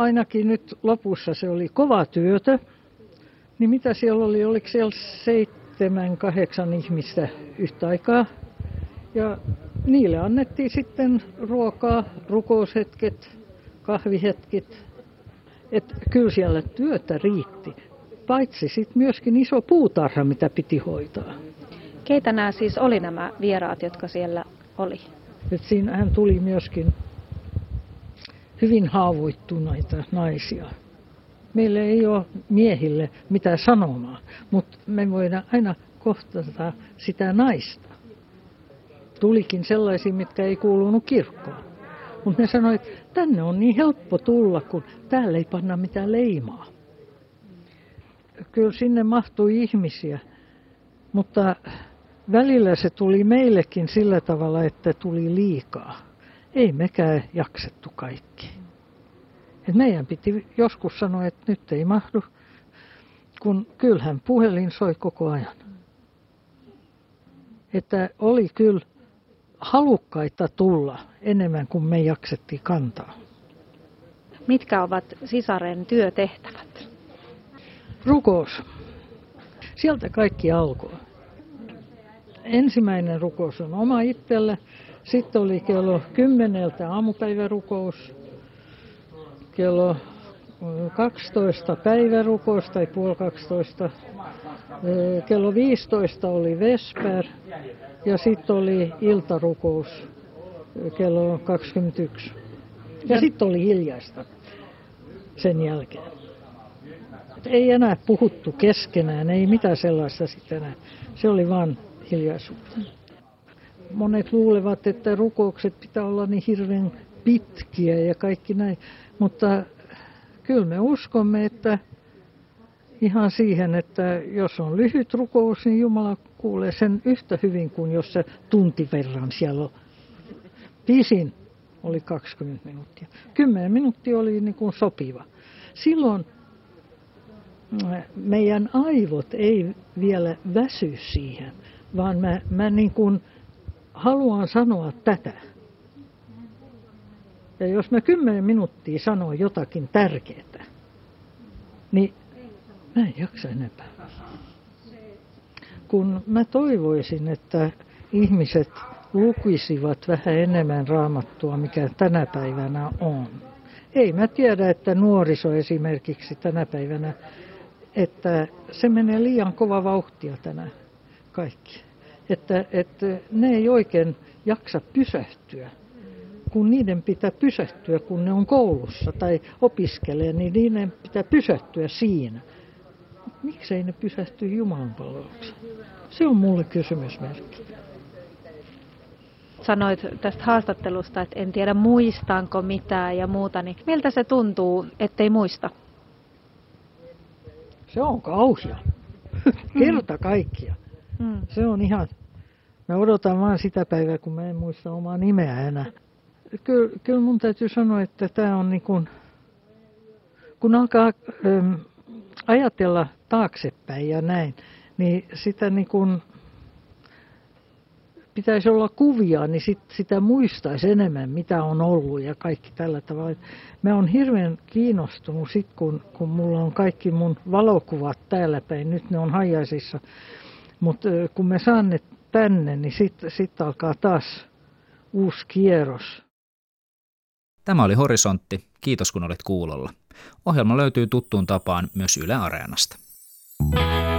Ainakin nyt lopussa se oli kova työtä. Niin mitä siellä oli? Oliko siellä seitsemän, kahdeksan ihmistä yhtä aikaa. Ja niille annettiin sitten ruokaa, rukoushetket, kahvihetket. Että kyllä siellä työtä riitti. Paitsi sitten myöskin iso puutarha, mitä piti hoitaa. Keitä nämä siis oli nämä vieraat, jotka siellä oli? Et siinähän tuli myöskin hyvin haavoittuneita naisia. Meillä ei ole miehille mitään sanomaa, mutta me voidaan aina kohtata sitä naista. Tulikin sellaisia, mitkä ei kuulunut kirkkoon. Mutta ne sanoivat, että tänne on niin helppo tulla, kun täällä ei panna mitään leimaa. Kyllä sinne mahtui ihmisiä, mutta välillä se tuli meillekin sillä tavalla, että tuli liikaa. Ei mekään jaksettu kaikki. Et meidän piti joskus sanoa, että nyt ei mahdu, kun kyllähän puhelin soi koko ajan. Että oli kyllä halukkaita tulla enemmän kuin me jaksettiin kantaa. Mitkä ovat sisaren työtehtävät? Rukous. Sieltä kaikki alkoi. Ensimmäinen rukous on oma itsellä. Sitten oli kello kymmeneltä aamupäivärukous. Kello kaksitoista päivärukous tai puoli kaksitoista. Kello viisitoista oli vesper ja sitten oli iltarukous kello kaksikymmentäyksi. Ja sitten oli hiljaista sen jälkeen. Ei enää puhuttu keskenään, ei mitään sellaista sitten enää. Se oli vain hiljaisuutta. Monet luulevat, että rukoukset pitää olla niin hirveän pitkiä ja kaikki näin. Mutta kyllä me uskomme, että ihan siihen, että jos on lyhyt rukous, niin Jumala kuulee sen yhtä hyvin kuin jos se tunti verran siellä on. Pisin oli kaksikymmentä minuuttia. kymmenen minuuttia oli niin kuin sopiva. Silloin meidän aivot ei vielä väsy siihen, vaan mä, mä niin kuin haluan sanoa tätä. Ja jos mä kymmenen minuuttia sanon jotakin tärkeää, niin mä en jaksa enempää. Kun mä toivoisin, että ihmiset lukisivat vähän enemmän Raamattua, mikä tänä päivänä on. Ei mä tiedä, että nuoriso esimerkiksi tänä päivänä, että se menee liian kova vauhtia tänään kaikki. Että, että ne ei oikein jaksa pysähtyä. Kun niiden pitää pysähtyä, kun ne on koulussa tai opiskelee, niin niiden pitää pysähtyä siinä. Miksei ne pysähty Jumalan palvelukseen? Se on mulle kysymysmerkki. Sanoit tästä haastattelusta, että en tiedä muistanko mitään ja muuta, niin miltä se tuntuu, ettei muista? Se on kauhea. Kerta kaikkia. Mm. Se on ihan, mä odotan vaan sitä päivää, kun mä en muista omaa nimeä enää. Kyllä, kyllä mun täytyy sanoa, että tämä on niin kuin, kun alkaa äm, ajatella taaksepäin ja näin, niin sitä niin kuin pitäisi olla kuvia, niin sit, sitä muistaisi enemmän, mitä on ollut ja kaikki tällä tavalla. Mä oon hirveän kiinnostunut sit, kun, kun mulla on kaikki mun valokuvat täällä päin. Nyt ne on hajaisissa, mutta kun mä saan ne tänne, niin sitten sit alkaa taas uusi kierros. Tämä oli Horisontti. Kiitos kun olit kuulolla. Ohjelma löytyy tuttuun tapaan myös Yle Areenasta.